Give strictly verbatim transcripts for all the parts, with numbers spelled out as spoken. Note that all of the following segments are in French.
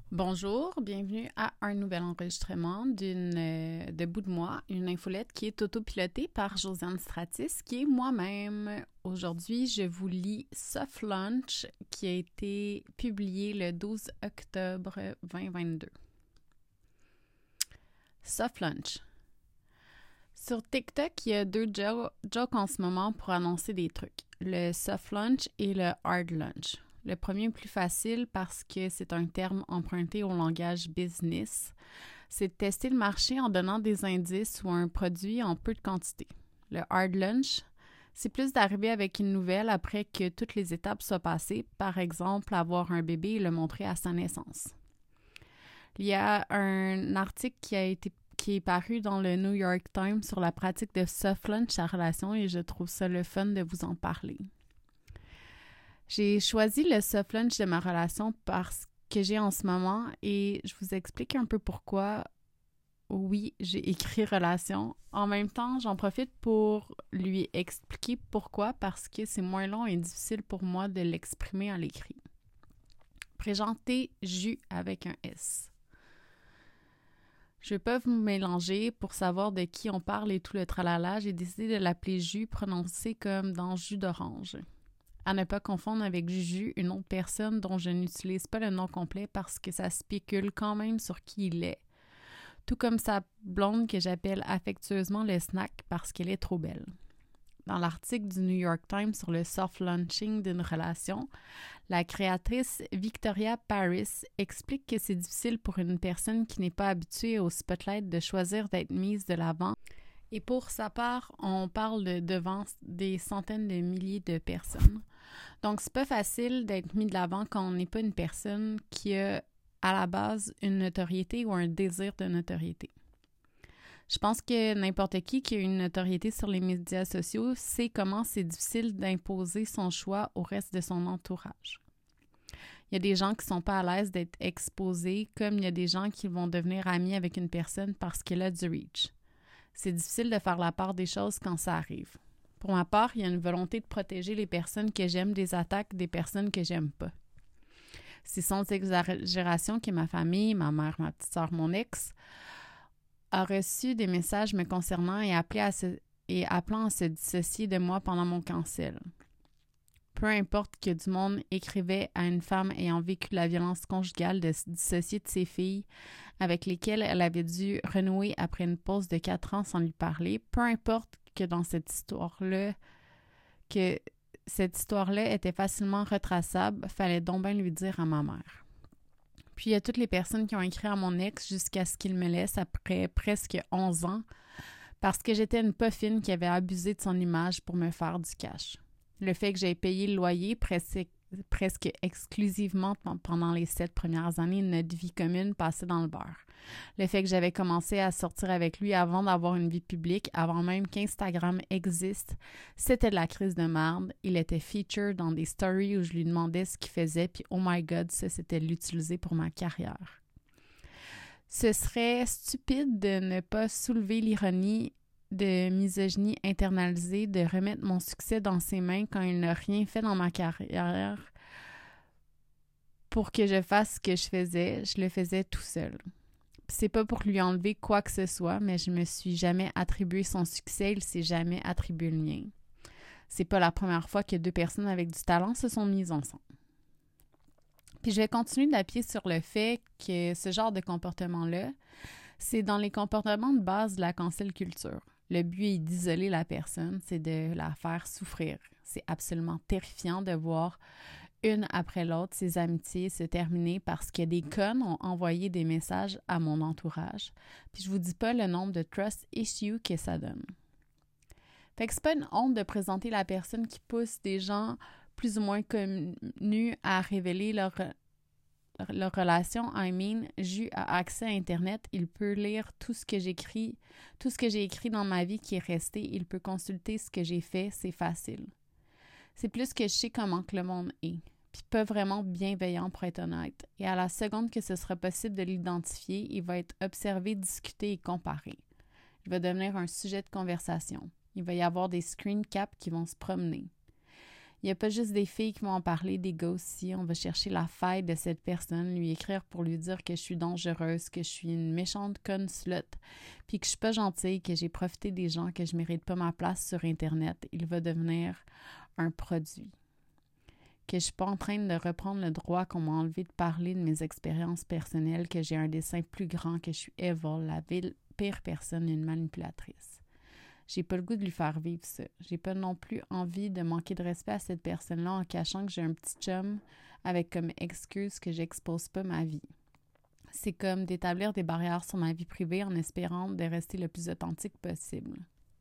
Bonjour, bienvenue à un nouvel enregistrement d'une euh, de bout de moi, une infolette qui est autopilotée par Josiane Stratis, qui est moi-même. Aujourd'hui, je vous lis Soft Lunch, qui a été publié le douze octobre vingt vingt-deux. Soft Lunch. Sur TikTok, il y a deux jo- jokes en ce moment pour annoncer des trucs. Le Soft Lunch et le Hard Lunch. Le premier est plus facile parce que c'est un terme emprunté au langage business. C'est de tester le marché en donnant des indices ou un produit en peu de quantité. Le hard lunch, c'est plus d'arriver avec une nouvelle après que toutes les étapes soient passées, par exemple avoir un bébé et le montrer à sa naissance. Il y a un article qui a été qui est paru dans le New York Times sur la pratique de soft lunch à relation et je trouve ça le fun de vous en parler. J'ai choisi le soft lunch de ma relation parce que j'ai en ce moment et je vous explique un peu pourquoi. Oui, j'ai écrit relation. En même temps, j'en profite pour lui expliquer pourquoi parce que c'est moins long et difficile pour moi de l'exprimer à l'écrit. Présenter jus avec un S. Je ne vais pas vous mélanger pour savoir de qui on parle et tout le tralala. J'ai décidé de l'appeler jus prononcé comme dans jus d'orange. À ne pas confondre avec Juju, une autre personne dont je n'utilise pas le nom complet parce que ça spécule quand même sur qui il est. Tout comme sa blonde que j'appelle affectueusement le snack parce qu'elle est trop belle. Dans l'article du New York Times sur le soft launching d'une relation, la créatrice Victoria Paris explique que c'est difficile pour une personne qui n'est pas habituée au spotlight de choisir d'être mise de l'avant. Et pour sa part, on parle de devant des centaines de milliers de personnes. Donc, c'est pas facile d'être mis de l'avant quand on n'est pas une personne qui a à la base une notoriété ou un désir de notoriété. Je pense que n'importe qui qui a une notoriété sur les médias sociaux sait comment c'est difficile d'imposer son choix au reste de son entourage. Il y a des gens qui sont pas à l'aise d'être exposés, comme il y a des gens qui vont devenir amis avec une personne parce qu'elle a du reach. C'est difficile de faire la part des choses quand ça arrive. Pour ma part, il y a une volonté de protéger les personnes que j'aime des attaques des personnes que j'aime pas. C'est sans exagération que ma famille, ma mère, ma petite sœur, mon ex, a reçu des messages me concernant et, appelé à se, et appelant à se dissocier de moi pendant mon cancel. Peu importe que du monde écrivait à une femme ayant vécu la violence conjugale de se dissocier de ses filles avec lesquelles elle avait dû renouer après une pause de quatre ans sans lui parler, peu importe que dans cette histoire-là, que cette histoire-là était facilement retraçable, fallait donc bien lui dire à ma mère. Puis il y a toutes les personnes qui ont écrit à mon ex jusqu'à ce qu'il me laisse après presque onze ans parce que j'étais une poffine qui avait abusé de son image pour me faire du cash. Le fait que j'ai payé le loyer presque, presque exclusivement pendant les sept premières années de notre vie commune passée dans le beurre. Le fait que j'avais commencé à sortir avec lui avant d'avoir une vie publique, avant même qu'Instagram existe, c'était de la crise de merde. Il était featured dans des stories où je lui demandais ce qu'il faisait, puis oh my god, ça c'était l'utiliser pour ma carrière. Ce serait stupide de ne pas soulever l'ironie de misogynie internalisée, de remettre mon succès dans ses mains quand il n'a rien fait dans ma carrière pour que je fasse ce que je faisais. Je le faisais tout seul. C'est pas pour lui enlever quoi que ce soit, mais je me suis jamais attribué son succès, il s'est jamais attribué le mien. C'est pas la première fois que deux personnes avec du talent se sont mises ensemble. Puis je vais continuer d'appuyer sur le fait que ce genre de comportement-là, c'est dans les comportements de base de la cancel culture. Le but est d'isoler la personne, c'est de la faire souffrir. C'est absolument terrifiant de voir une après l'autre ses amitiés se terminer parce que des connes ont envoyé des messages à mon entourage. Puis je vous dis pas le nombre de trust issues que ça donne. Fait que c'est pas une honte de présenter la personne qui pousse des gens plus ou moins connus à révéler leur leur relation. I mean, Jus a accès à Internet, il peut lire tout ce que j'écris, tout ce que j'ai écrit dans ma vie qui est resté, il peut consulter ce que j'ai fait, c'est facile. C'est plus que je sais comment que le monde est, puis pas vraiment bienveillant pour être honnête. Et à la seconde que ce sera possible de l'identifier, il va être observé, discuté et comparé. Il va devenir un sujet de conversation. Il va y avoir des screen caps qui vont se promener. Il n'y a pas juste des filles qui vont en parler, des gars aussi. On va chercher la faille de cette personne, lui écrire pour lui dire que je suis dangereuse, que je suis une méchante conne slut, puis que je suis pas gentille, que j'ai profité des gens, que je mérite pas ma place sur Internet. Il va devenir un produit. Que je suis pas en train de reprendre le droit qu'on m'a enlevé de parler de mes expériences personnelles, que j'ai un dessein plus grand, que je suis evil, la pire personne, une manipulatrice. J'ai pas le goût de lui faire vivre ça. J'ai pas non plus envie de manquer de respect à cette personne-là en cachant que j'ai un petit chum avec comme excuse que j'expose pas ma vie. C'est comme d'établir des barrières sur ma vie privée en espérant de rester le plus authentique possible.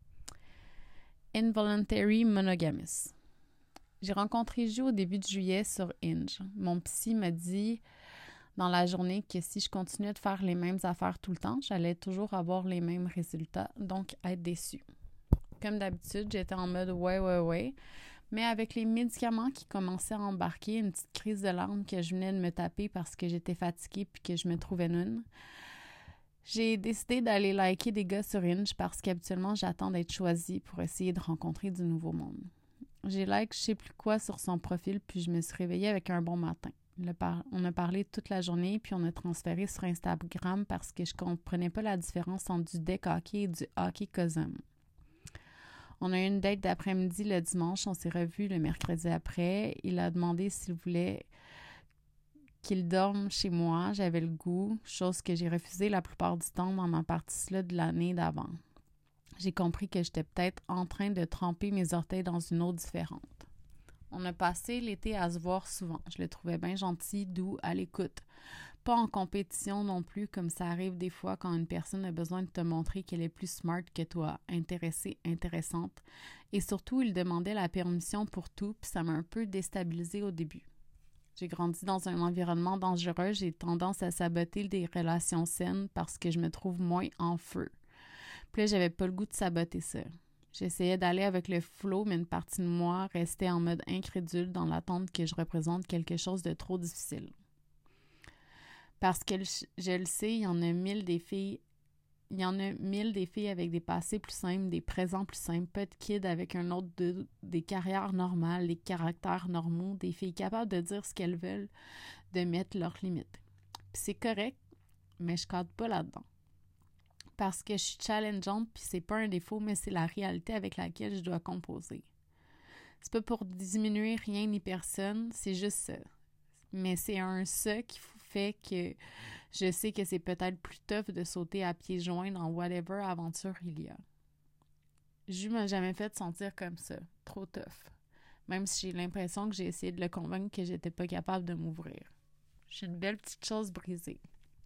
Involuntary monogamous. J'ai rencontré Ju au début de juillet sur Hinge. Mon psy m'a dit dans la journée que si je continuais de faire les mêmes affaires tout le temps, j'allais toujours avoir les mêmes résultats, donc être déçue. Comme d'habitude, j'étais en mode « ouais, ouais, ouais », mais avec les médicaments qui commençaient à embarquer, une petite crise de larmes que je venais de me taper parce que j'étais fatiguée puis que je me trouvais nune, j'ai décidé d'aller liker des gars sur Hinge parce qu'habituellement, j'attends d'être choisie pour essayer de rencontrer du nouveau monde. J'ai like je sais plus quoi sur son profil puis je me suis réveillée avec un bon matin. Le par- on a parlé toute la journée, puis on a transféré sur Instagram parce que je comprenais pas la différence entre du deck hockey et du hockey cosum. On a eu une date d'après-midi le dimanche, on s'est revus le mercredi après. Il a demandé s'il voulait qu'il dorme chez moi, j'avais le goût, chose que j'ai refusée la plupart du temps dans ma partie-là de l'année d'avant. J'ai compris que j'étais peut-être en train de tremper mes orteils dans une eau différente. On a passé l'été à se voir souvent. Je le trouvais bien gentil, doux, à l'écoute. Pas en compétition non plus, comme ça arrive des fois quand une personne a besoin de te montrer qu'elle est plus smart que toi, intéressée, intéressante. Et surtout, il demandait la permission pour tout, puis ça m'a un peu déstabilisée au début. J'ai grandi dans un environnement dangereux, j'ai tendance à saboter des relations saines parce que je me trouve moins en feu. Puis là, j'avais pas le goût de saboter ça. J'essayais d'aller avec le flow, mais une partie de moi restait en mode incrédule dans l'attente que je représente quelque chose de trop difficile. Parce que je le sais, il y en a mille des filles, il y en a mille des filles avec des passés plus simples, des présents plus simples, pas de kids avec un autre de, des carrières normales, des caractères normaux, des filles capables de dire ce qu'elles veulent, de mettre leurs limites. Puis c'est correct, mais je cadre pas là-dedans. Parce que je suis challengeante, puis c'est pas un défaut, mais c'est la réalité avec laquelle je dois composer. C'est pas pour diminuer rien ni personne, c'est juste ça. Mais c'est un ça qui fait que je sais que c'est peut-être plus tough de sauter à pieds joints dans whatever aventure il y a. Je m'a jamais fait sentir comme ça, trop tough. Même si j'ai l'impression que j'ai essayé de le convaincre que j'étais pas capable de m'ouvrir. Je suis une belle petite chose brisée.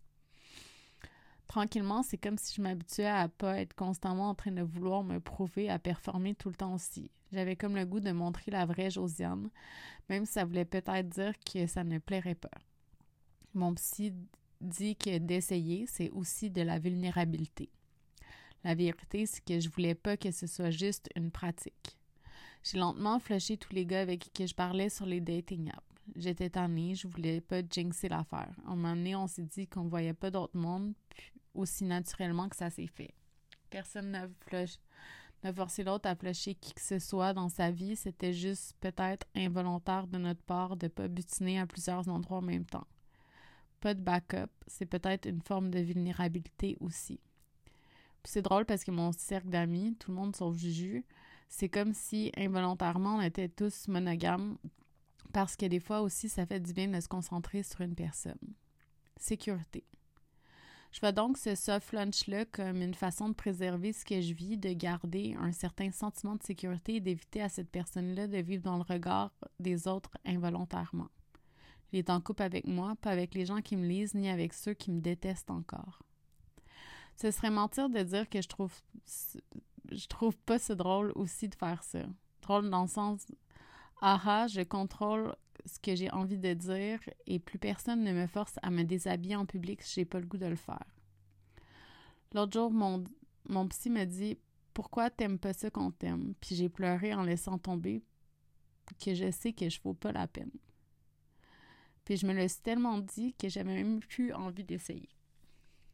Tranquillement, c'est comme si je m'habituais à pas être constamment en train de vouloir me prouver, à performer tout le temps aussi. J'avais comme le goût de montrer la vraie Josiane, même si ça voulait peut-être dire que ça ne plairait pas. Mon psy dit que d'essayer, c'est aussi de la vulnérabilité. La vérité, c'est que je voulais pas que ce soit juste une pratique. J'ai lentement flushé tous les gars avec qui je parlais sur les dating apps. J'étais tannée, je voulais pas jinxer l'affaire. À un moment donné, on s'est dit qu'on voyait pas d'autre monde, puis aussi naturellement que ça s'est fait. Personne n'a flush, n'a forcé l'autre à flusher qui que ce soit dans sa vie, c'était juste peut-être involontaire de notre part de pas butiner à plusieurs endroits en même temps. Pas de backup, c'est peut-être une forme de vulnérabilité aussi. Puis c'est drôle parce que mon cercle d'amis, tout le monde sauf Juju, c'est comme si involontairement on était tous monogames parce que des fois aussi ça fait du bien de se concentrer sur une personne. Sécurité. Je vois donc ce soft lunch-là comme une façon de préserver ce que je vis, de garder un certain sentiment de sécurité et d'éviter à cette personne-là de vivre dans le regard des autres involontairement. Il est en couple avec moi, pas avec les gens qui me lisent, ni avec ceux qui me détestent encore. Ce serait mentir de dire que je trouve je trouve pas ça drôle aussi de faire ça. Drôle dans le sens ah, je contrôle ce que j'ai envie de dire et plus personne ne me force à me déshabiller en public si j'ai pas le goût de le faire. L'autre jour, mon, mon psy me dit « Pourquoi t'aimes pas ça qu'on t'aime? » Puis j'ai pleuré en laissant tomber que je sais que je vaux pas la peine. Puis je me le suis tellement dit que j'avais même plus envie d'essayer.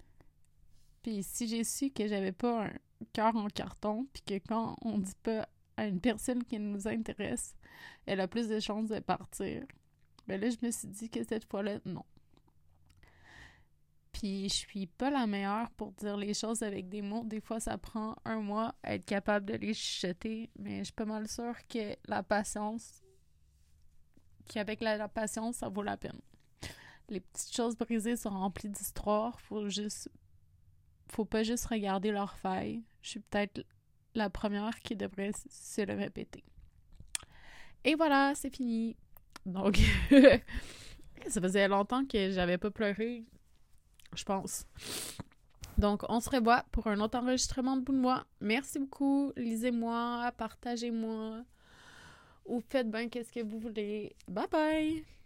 Puis si j'ai su que j'avais pas un cœur en carton, puis que quand on dit pas à une personne qui nous intéresse, elle a plus de chances de partir. Mais là, je me suis dit que cette fois-là, non. Puis je suis pas la meilleure pour dire les choses avec des mots. Des fois, ça prend un mois à être capable de les chuchoter, mais je suis pas mal sûre que la patience, qu'avec la, la patience, ça vaut la peine. Les petites choses brisées sont remplies d'histoires. Faut juste... Faut pas juste regarder leurs failles. Je suis peut-être la première qui devrait se le répéter. Et voilà, c'est fini. Donc, ça faisait longtemps que j'avais pas pleuré, je pense. Donc, on se revoit pour un autre enregistrement de Bout de moi. Merci beaucoup. Lisez-moi, partagez-moi. Ou faites bien qu'est-ce que vous voulez. Bye bye!